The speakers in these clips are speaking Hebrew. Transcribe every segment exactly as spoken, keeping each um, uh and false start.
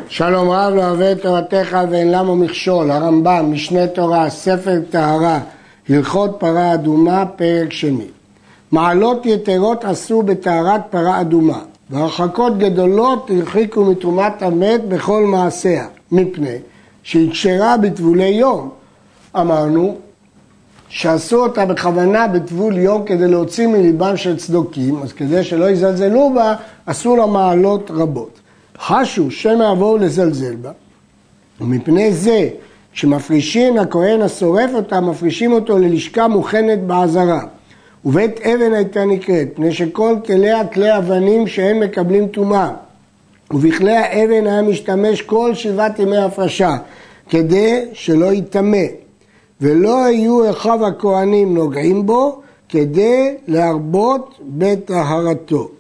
שלום רב לא אוהב את תורתך ואין למו מכשול. הרמב"ם, משנה תורה, ספר טהרה, הלכות פרה אדומה, פרק שני. מעלות יתרות עשו בטהרת פרה אדומה, והרחקות גדולות הרחיקו מתרומת המת בכל מעשיה, מפני שהקשרה בטבולי יום. אמרנו שעשו אותה בכוונה בטבול יום כדי להוציא מליבם של צדוקים, אז כדי שלא יזלזלו בה, עשו לה מעלות רבות. חשו שמא יבואו לזלזל בה, ומפני זה כשמפרישים הכהן השורף אותה, מפרישים אותו ללשכה מוכנת בעזרה. ובית אבן הייתה נקראת, פני שכל כליה כלי אבנים שאין מקבלים טומאה, ובכלי האבן היה משתמש כל שבעת ימי הפרשה, כדי שלא יטמא, ולא היו אחיו הכהנים נוגעים בו, כדי להרבות בטהרתו.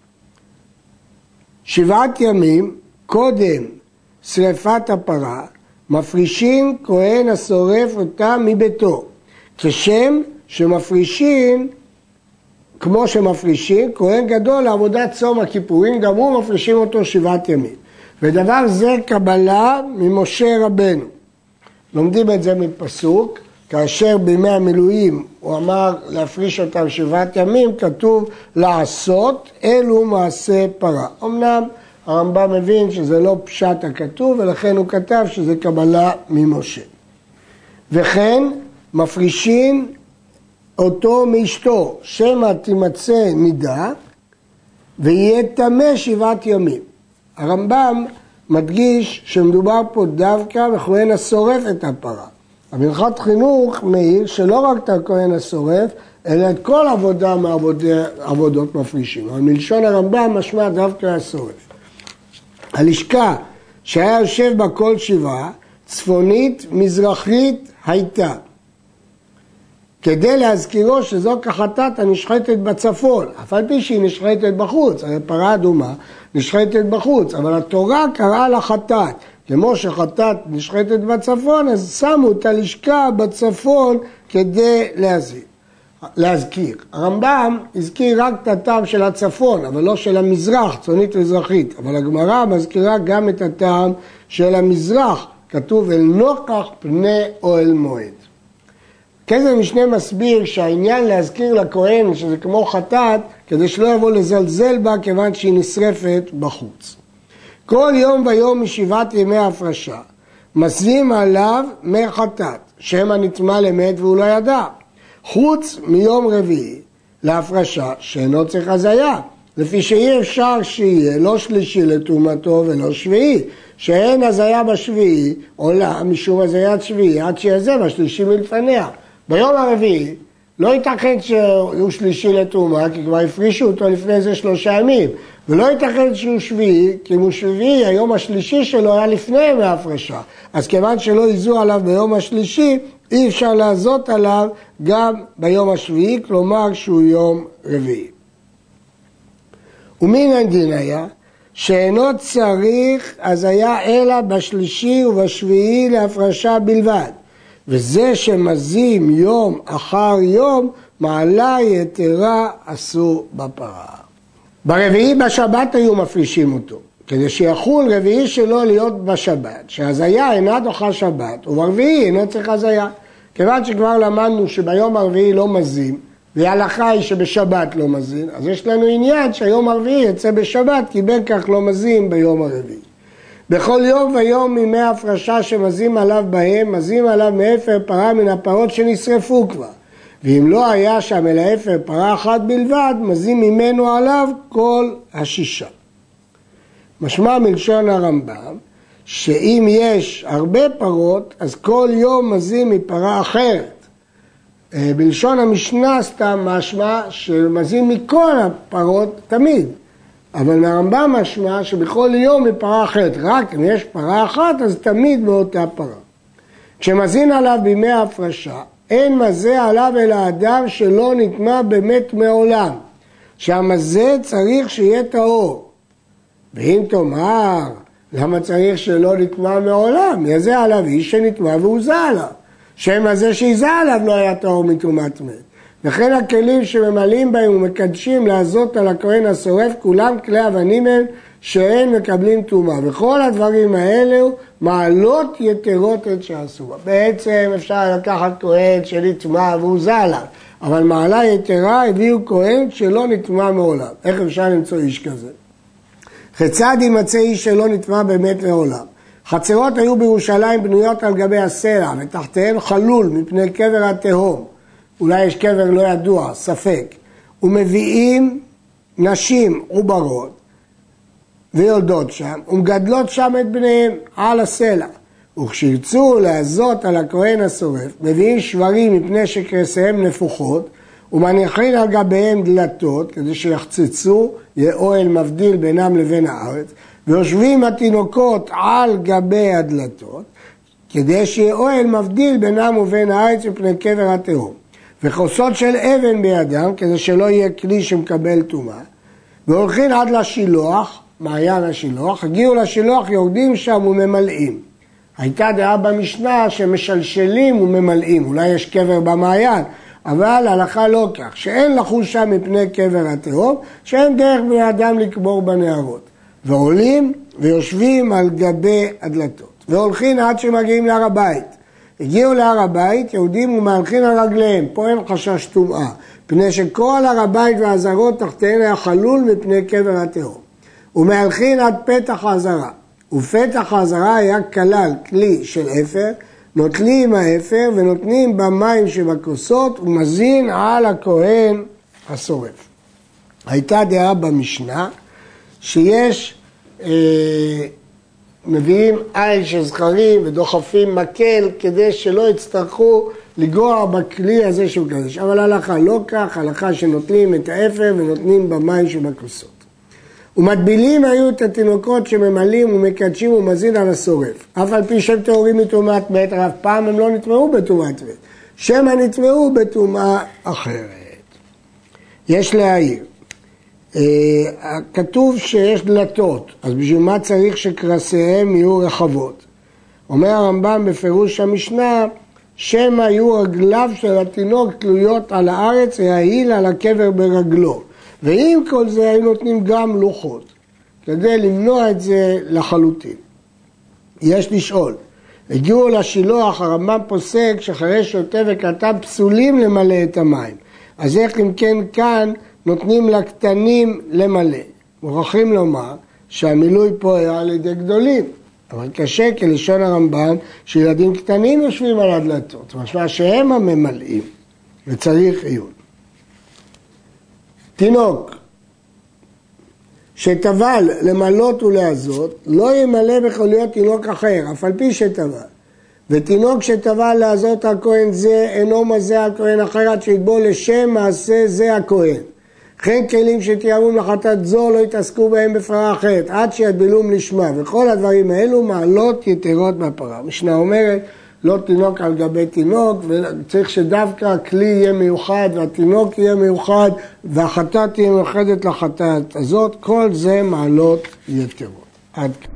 שבעת ימים קודם שריפת הפרה, מפרישים כהן השורף אותה מביתו, כשם שמפרישים, כמו שמפרישים, כהן גדול לעבודת צום הכיפורים, גם הוא מפרישים אותו שבעת ימים. ודבר זה קבלה ממשה רבנו. לומדים את זה מפסוק, כאשר בימי המילואים הוא אמר להפריש אותם שבעת ימים, כתוב לעשות אלו מעשה פרה. אמנם הרמב"ם מבין שזה לא פשט הכתוב, ולכן הוא כתב שזה קבלה ממשה. וכן מפרישים אותו מאשתו, שמא תימצא נידה, ויהיה טמא שבעת ימים. הרמב"ם מדגיש שמדובר פה דווקא בכהן השורף את הפרה. המלכות חינוך מעיר שלא רק את הכהן השורף, אלא את כל עבודה מעבודות מפרישים. אבל מלשון הרמב"ם משמע דווקא השורף. הלשכה שהיה יושב בה כל שבעה, צפונית מזרחית הייתה. כדי להזכירו שזו כחטאת הנשחטת בצפון, אף על פי שהיא נשחטת בחוץ, הרי פרה אדומה נשחטת בחוץ, אבל התורה קראה לה חטאת. כמו שחטאת נשחטת בצפון, אז שמו את הלשכה בצפון כדי להזכיר. להזכיר. הרמב"ם הזכיר רק את הטעם של הצפון, אבל לא של המזרח, צפונית מזרחית. אבל הגמרא מזכירה גם את הטעם של המזרח, כתוב אל נוכח פני אוהל מועד. כזה משנה מסביר שהעניין להזכיר לכהן שזה כמו חטאת, כדי שלא יבוא לזלזל בה כיוון שהיא נשרפת בחוץ. כל יום ויום משבעת ימי הפרשה, מסבים עליו מי חטאת, שמא נטמא למת והוא לא ידע. חוץ מיום רביעי להפרשה שאינו צריך הזיה, לפי שאי אפשר שיהיה לא שלישי לטומאתו ולא שביעי, שאין הזיה בשביעי, עולה משום הזיית שביעי, עד שיעזב השלישי מלפניה. ביום הרביעי לא ייתכן שהוא שלישי לטומאה, כי כבר הפרישו אותו לפני זה שלושה ימים, ולא ייתכן שהוא שביעי, כי אם הוא שביעי, היום השלישי שלו היה לפני מההפרשה. אז כיוון שלא יזו עליו ביום השלישי, אי אפשר לעזות עליו גם ביום השביעי, כלומר שהוא יום רביעי. ומן הדין היה, שאינו צריך אז היה אלא בשלישי ובשביעי להפרשה בלבד. וזה שמזים יום אחר יום, מעלה יתרה עשו בפרה. ברביעי בשבת היו מפרישים אותו, כדי שיחול רביעי שלו להיות בשבת, שהזיה אינה דוחה שבת, וברביעי אינו צריך הזיה. כיוון שכבר למדנו שביום הרביעי לא מזים, וההלכה היא שבשבת לא מזין, אז יש לנו עניין שהיום הרביעי יצא בשבת, כי בין כך לא מזים ביום הרביעי. בכל יום ויום מימי הפרשה שמזים עליו בהם, מזים עליו מאפר פרה מן הפרות שנשרפו כבר. ואם לא היה שם אלא אפר פרה אחת בלבד, מזים ממנו עליו כל השישה. משמע מלשון הרמב"ם, שאם יש הרבה פרות, אז כל יום מזים מפרה אחרת. בלשון המשנה סתם משמע שמזים מכל הפרות תמיד. אבל מהרמב"ם משמע שבכל יום מפרה אחרת, רק אם יש פרה אחת, אז תמיד באותה פרה. כשמזין עליו בימי ההפרשה, אין מזה עליו אלא אדם שלא נטמא באמת מעולם, שהמזה צריך שיהיה טהור. ואם תאמר, למה צריך שלא נטמא מעולם? יזה עליו איש שנטמא והוזה עליו. שם הזה שיזה עליו לא היה טהור מטומאת מת. וכן הכלים שממלאים בהם ומקדשים לעזות על הכהן השורף, כולם כלי אבנים הם שאין מקבלים טומאה. וכל הדברים האלו מעלות יתרות את שעשו. בעצם אפשר לקחת כהן שנטמא והוא זע עליו, אבל מעלה יתרה הביאו כהן שלא נטמא מעולם. איך אפשר למצוא איש כזה? כיצד יימצא איש שלא נטמא באמת מעולם? חצרות היו בירושלים בנויות על גבי הסלע, ותחתיהן חלול מפני קבר התהום. אולי יש קבר לא ידוע, ספק. ומביאים נשים עוברות ויולדות שם, ומגדלות שם את בניהם על הסלע. וכשירצו לעזות על הכהן השורף, מביאים שברים מפני שקרסיהם נפוחות, ומניחים על גביהם דלתות, כדי שיחצצו, יהיה אוהל מבדיל בינם לבין הארץ, ויושבים התינוקות על גבי הדלתות, כדי שיהיה אוהל מבדיל בינם ובין הארץ מפני קבר התהום. וכוסות של אבן בידם, כדי שלא יהיה כלי שמקבל טומאה. והולכים עד לשילוח, מעיין השילוח, הגיעו לשילוח, יורדים שם וממלאים. הייתה דעה במשנה שמשלשלים וממלאים, אולי יש קבר במעיין, אבל הלכה לא כך, שאין לחוש שם מפני קבר התהום, שאין דרך בני אדם לקבור בנהרות. ועולים ויושבים על גבי הדלתות, והולכים עד שמגיעים להר הבית. הגיעו להר הבית, יהודים ומהלכים על רגליהם, פה אין חשש טומאה, פני שכל הר הבית והעזרות תחתיהן היה חלול מפני קבר התהום. ומהלכים עד פתח העזרה, ופתח העזרה היה כלל כלי של אפר, נוטלים האפר ונותנים במים שבכוסות ומזין על הכהן השורף. הייתה דעה במשנה שיש, אה, מביאים איל של זכרים ודוחפים מקל כדי שלא יצטרכו לגרוע בכלי הזה שהוא קדש. אבל הלכה לא כך, הלכה שנוטלים את האפר ונותנים במים שבכוסות. ומטבילים היו את התינוקות שממלאים ומקדשים ומזין על השורף. אף על פי שהם טהורים מטומאת מת, אף פעם הם לא נטמאו בטומאת מת. שמא נטמאו בטומאה אחרת. יש להעיר. כתוב שיש דלתות, אז בשביל מה צריך שקרסיהם יהיו רחבות? אומר הרמב"ם בפירוש המשנה, שמא יהיו רגליו של התינוק תלויות על הארץ, יעיל על הקבר ברגלו. ועם כל זה היו נותנים גם לוחות, כדי למנוע את זה לחלוטין. יש לשאול, הגיעו לשילוח, הרמב"ם פוסק שאחרי שותה וכתב פסולים למלא את המים. אז איך אם כן כאן נותנים לקטנים למלא? מוכרחים לומר שהמילוי פה היה על ידי גדולים. אבל קשה כלשון הרמב"ם שילדים קטנים יושבים על הדלתות, משמע שהם הממלאים וצריך עיון. תינוק שטבל למלות ולעזות, לא ימלא בחוליות תינוק אחר, אף על פי שטבל. ותינוק שטבל לעזות הכהן זה, אינו מזה על כהן אחר, עד שיטבול לשם מעשה זה הכהן. כן כלים שתיארו לחטאת זו לא יתעסקו בהם בפרה אחרת, עד שיטבלום לשמה, וכל הדברים האלו מעלות יתרות בפרה. משנה אומרת, לא תינוק על גבי תינוק, וצריך שדווקא הכלי יהיה מיוחד, והתינוק יהיה מיוחד, והחטאת תהיה מיוחדת לחטאת הזאת, כל זה מעלות יתרות. עד כאן.